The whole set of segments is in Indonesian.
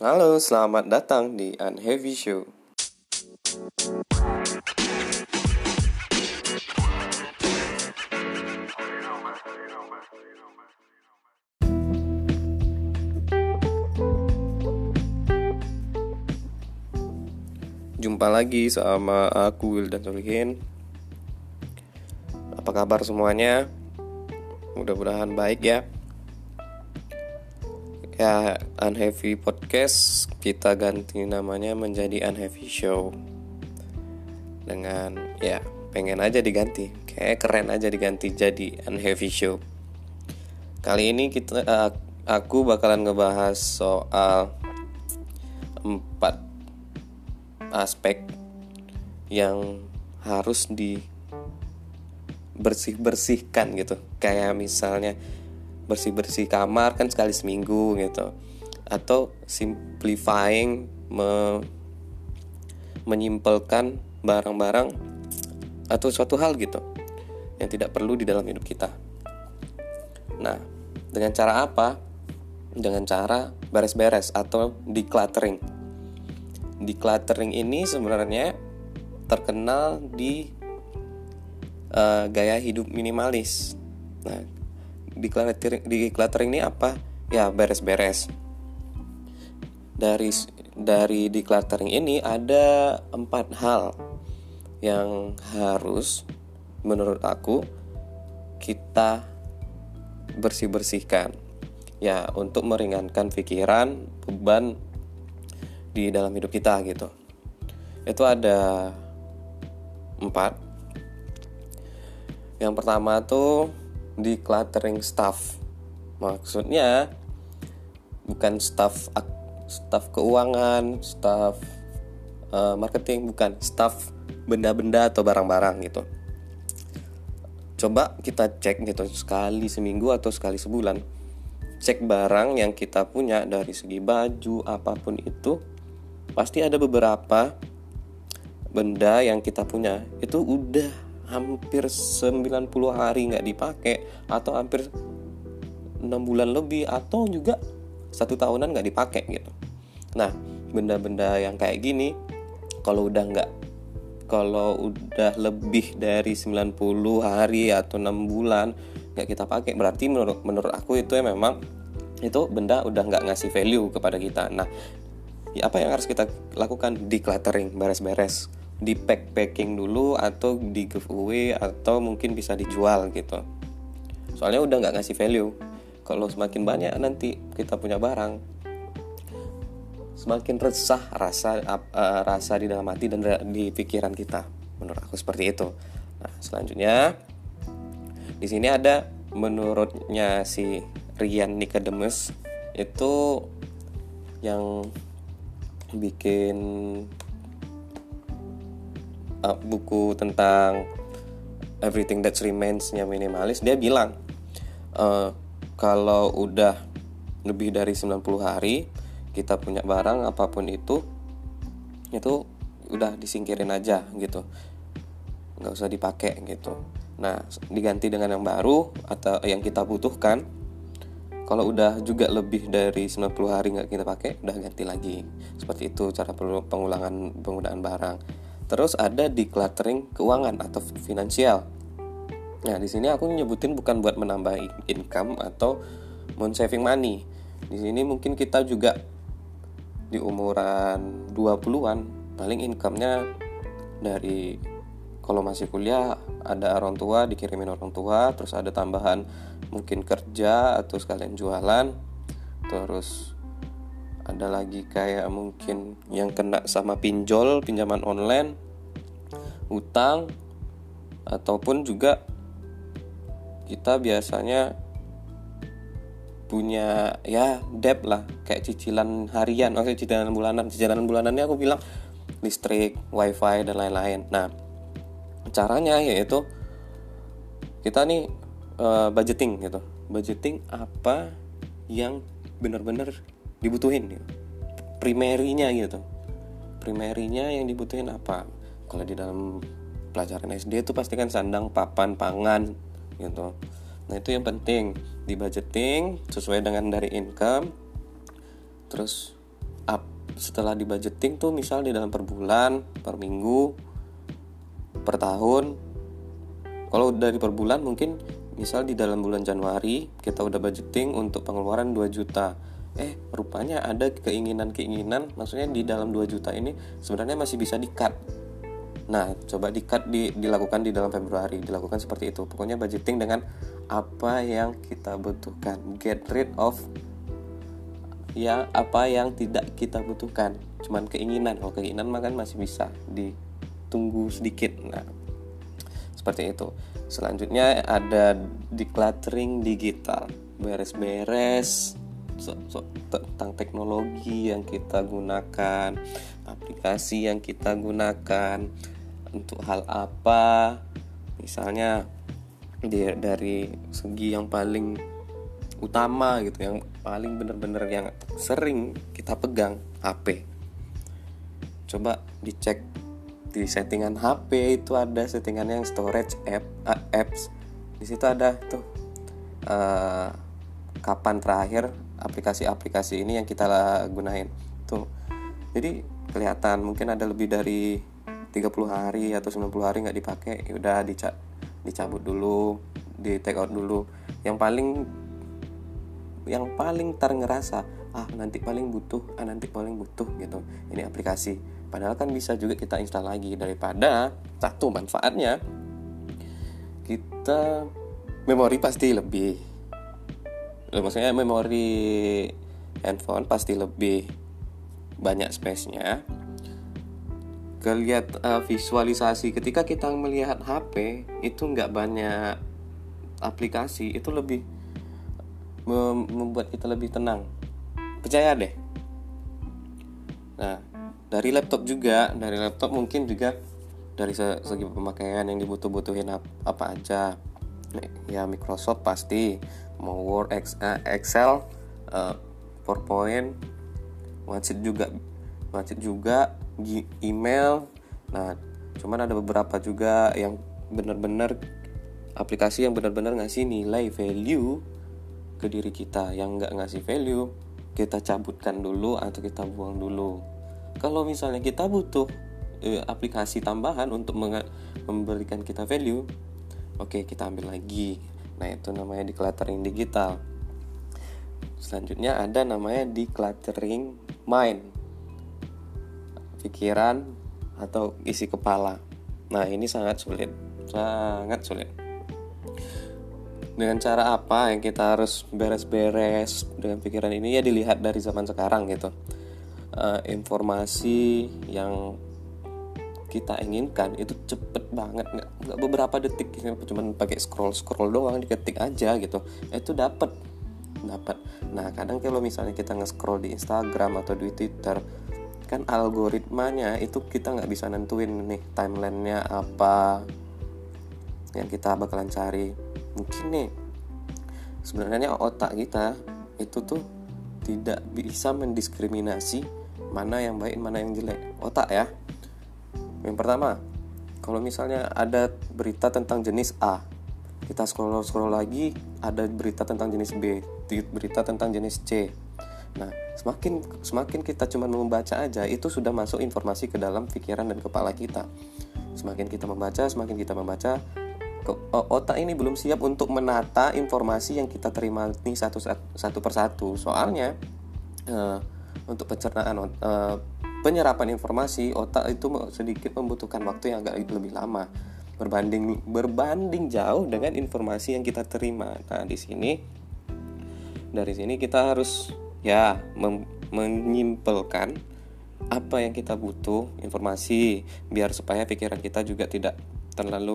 Halo, selamat datang di Unheavy Show. Jumpa lagi sama aku Wildan Solihin. Apa kabar semuanya? Mudah-mudahan baik ya. Ya, Unheavy Podcast kita ganti namanya menjadi Unheavy Show. Dengan pengen aja diganti. Kayak keren aja diganti jadi Unheavy Show. Kali ini aku bakalan ngebahas soal 4 aspek yang harus dibersihkan gitu. Kayak misalnya bersih-bersih kamar kan sekali seminggu gitu. Atau simplifying, menyimpelkan barang-barang atau suatu hal gitu yang tidak perlu di dalam hidup kita. Nah, dengan cara apa? Dengan cara beres-beres atau decluttering. Decluttering ini sebenarnya terkenal di gaya hidup minimalis. Nah, decluttering ini apa? Ya, beres-beres. Dari decluttering ini ada 4 hal yang harus menurut aku kita bersihkan. Ya, untuk meringankan pikiran, beban di dalam hidup kita gitu. Itu ada 4. Yang pertama tuh decluttering stuff. Maksudnya bukan stuff keuangan, stuff marketing, bukan stuff benda-benda atau barang-barang gitu. Coba kita cek gitu sekali seminggu atau sekali sebulan. Cek barang yang kita punya dari segi baju apapun itu. Pasti ada beberapa benda yang kita punya itu udah hampir 90 hari gak dipakai, atau hampir 6 bulan lebih, atau juga 1 tahunan gak dipakai gitu. Nah, benda-benda yang kayak gini kalau udah lebih dari 90 hari atau 6 bulan gak kita pakai, berarti menurut aku itu ya memang itu benda udah gak ngasih value kepada kita. Nah, apa yang harus kita lakukan? Decluttering, beres-beres, di packing dulu, atau di giveaway, atau mungkin bisa dijual gitu. Soalnya udah nggak ngasih value. Kalau semakin banyak nanti kita punya barang, semakin resah rasa di dalam hati dan di pikiran kita. Menurut aku seperti itu. Nah, selanjutnya di sini ada menurutnya si Ryan Nicodemus itu yang bikin buku tentang Everything That Remains-nya minimalis. Dia bilang kalau udah lebih dari 90 hari kita punya barang apapun itu udah disingkirin aja gitu, nggak usah dipakai gitu. Nah, diganti dengan yang baru atau yang kita butuhkan. Kalau udah juga lebih dari 90 hari nggak kita pakai, udah ganti lagi. Seperti itu cara penggunaan barang. Terus ada decluttering keuangan atau finansial. Nah, di sini aku nyebutin bukan buat menambah income atau saving money. Di sini mungkin kita juga di umuran 20-an, paling income-nya dari kalau masih kuliah ada orang tua, dikirimin orang tua, terus ada tambahan mungkin kerja atau sekalian jualan. Terus ada lagi kayak mungkin yang kena sama pinjaman online, utang, ataupun juga kita biasanya punya debt lah, kayak cicilan harian, cicilan bulanan. Cicilan bulanannya aku bilang listrik, wifi, dan lain-lain. Nah, caranya yaitu kita nih budgeting gitu. Budgeting apa yang benar-benar dibutuhin gitu. Primerinya yang dibutuhin apa. Kalau di dalam pelajaran SD itu pasti kan sandang, papan, pangan gitu. Nah, itu yang penting di budgeting sesuai dengan dari income. Terus setelah di budgeting tuh misal di dalam per bulan, per minggu, per tahun. Kalau dari per bulan mungkin misal di dalam bulan Januari kita udah budgeting untuk pengeluaran 2 juta. Rupanya ada keinginan, maksudnya di dalam 2 juta ini sebenarnya masih bisa di-cut. Nah, coba di-cut, dilakukan di dalam Februari, dilakukan seperti itu. Pokoknya budgeting dengan apa yang kita butuhkan. Get rid of ya apa yang tidak kita butuhkan, cuman keinginan. Kalau keinginan makan masih bisa ditunggu sedikit. Nah, seperti itu. Selanjutnya ada decluttering digital, beres-beres tentang teknologi yang kita gunakan, aplikasi yang kita gunakan, untuk hal apa. Misalnya dari segi yang paling utama gitu, yang paling bener-bener yang sering kita pegang, HP. Coba dicek di settingan HP, itu ada settingan yang storage apps. Di situ ada tuh kapan terakhir aplikasi-aplikasi ini yang kita gunain tuh. Jadi kelihatan mungkin ada lebih dari 30 hari atau 90 hari nggak dipakai, ya udah dicabut dulu, di take out dulu. Yang paling ngerasa nanti paling butuh gitu, ini aplikasi. Padahal kan bisa juga kita install lagi. Daripada satu, manfaatnya kita memori pasti lebih, maksudnya memori handphone pasti lebih banyak space-nya. Kelihat visualisasi ketika kita melihat HP itu nggak banyak aplikasi, itu lebih membuat kita lebih tenang, percaya deh. Nah, dari laptop mungkin juga dari segi pemakaian yang dibutuhin apa aja. Ya Microsoft pasti, mau Word, Excel, PowerPoint, wajib juga email. Nah, cuman ada beberapa juga yang benar-benar aplikasi yang benar-benar ngasih nilai value ke diri kita. Yang nggak ngasih value kita cabutkan dulu atau kita buang dulu. Kalau misalnya kita butuh aplikasi tambahan untuk memberikan kita value, oke, kita ambil lagi. Nah, itu namanya decluttering digital. Selanjutnya ada namanya decluttering mind, pikiran atau isi kepala. Nah, ini sangat sulit. Dengan cara apa yang kita harus beres-beres dengan pikiran ini? Ya dilihat dari zaman sekarang gitu. Informasi yang kita inginkan itu cepet banget, nggak beberapa detik, cuma pakai scroll doang, diketik aja gitu, itu dapat. Nah, kadang kalau misalnya kita nge-scroll di Instagram atau di Twitter, kan algoritmanya itu kita nggak bisa nentuin nih timelinenya apa yang kita bakalan cari. Mungkin nih sebenarnya otak kita itu tuh tidak bisa mendiskriminasi mana yang baik mana yang jelek. Otak ya. Yang pertama, kalau misalnya ada berita tentang jenis A, kita scroll lagi, ada berita tentang jenis B, berita tentang jenis C. Nah, semakin kita cuma membaca aja, itu sudah masuk informasi ke dalam pikiran dan kepala kita. Semakin kita membaca, otak ini belum siap untuk menata informasi yang kita terima nih satu persatu. Soalnya untuk penyerapan informasi, otak itu sedikit membutuhkan waktu yang agak lebih lama berbanding jauh dengan informasi yang kita terima. Nah, dari sini kita harus menyimpulkan apa yang kita butuh informasi, biar supaya pikiran kita juga tidak terlalu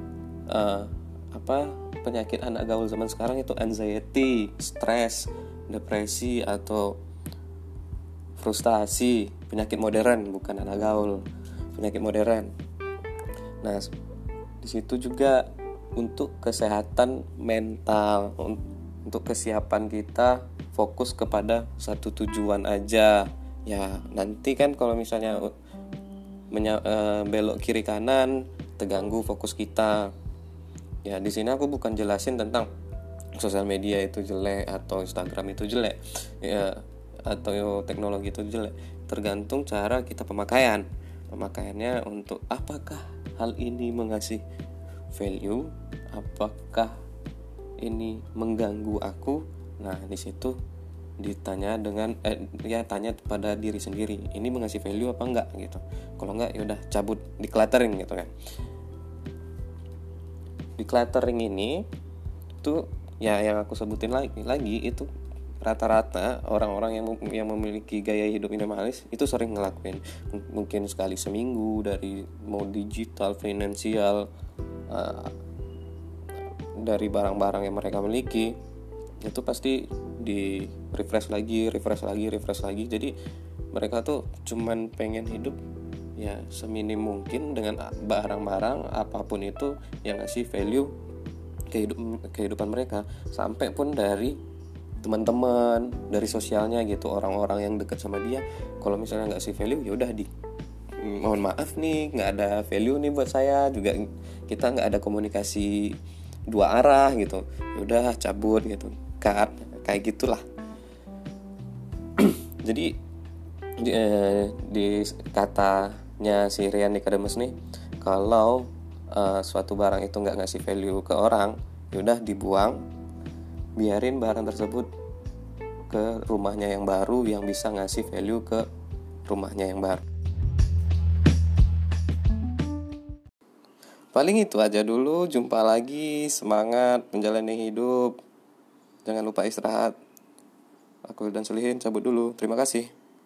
penyakit anak gaul zaman sekarang itu anxiety, stres, depresi atau frustasi, penyakit modern, bukan anak gaul, penyakit modern. Nah, di situ juga untuk kesehatan mental, untuk kesiapan kita fokus kepada satu tujuan aja. Ya, nanti kan kalau misalnya belok kiri kanan, terganggu fokus kita. Ya, di sini aku bukan jelasin tentang sosial media itu jelek atau Instagram itu jelek. Ya, atau teknologi itu jelek, tergantung cara kita pemakaiannya untuk apakah hal ini mengasih value, apakah ini mengganggu aku. Nah di situ ditanya dengan tanya pada diri sendiri, ini mengasih value apa enggak gitu. Kalau enggak ya udah cabut, decluttering gitu kan. Decluttering ini tuh ya yang aku sebutin lagi itu rata-rata orang-orang yang memiliki gaya hidup minimalis itu sering ngelakuin, mungkin sekali seminggu, dari mau digital, finansial, dari barang-barang yang mereka miliki itu pasti di refresh lagi. Jadi mereka tuh cuman pengen hidup ya seminim mungkin dengan barang-barang apapun itu yang ngasih value kehidupan mereka, sampai pun dari teman-teman, dari sosialnya gitu, orang-orang yang dekat sama dia. Kalau misalnya nggak ngasih value, ya udah mohon maaf nih, nggak ada value nih buat saya juga, kita nggak ada komunikasi dua arah gitu, ya udah cabut gitu, cut, kayak gitulah. Jadi di katanya si Rian Nicodemus nih, kalau suatu barang itu nggak ngasih value ke orang, yaudah dibuang, biarin barang tersebut ke rumahnya yang baru yang bisa ngasih value ke rumahnya yang baru. Paling itu aja dulu, jumpa lagi, semangat menjalani hidup, jangan lupa istirahat. Aku dan Sulihin cabut dulu, terima kasih.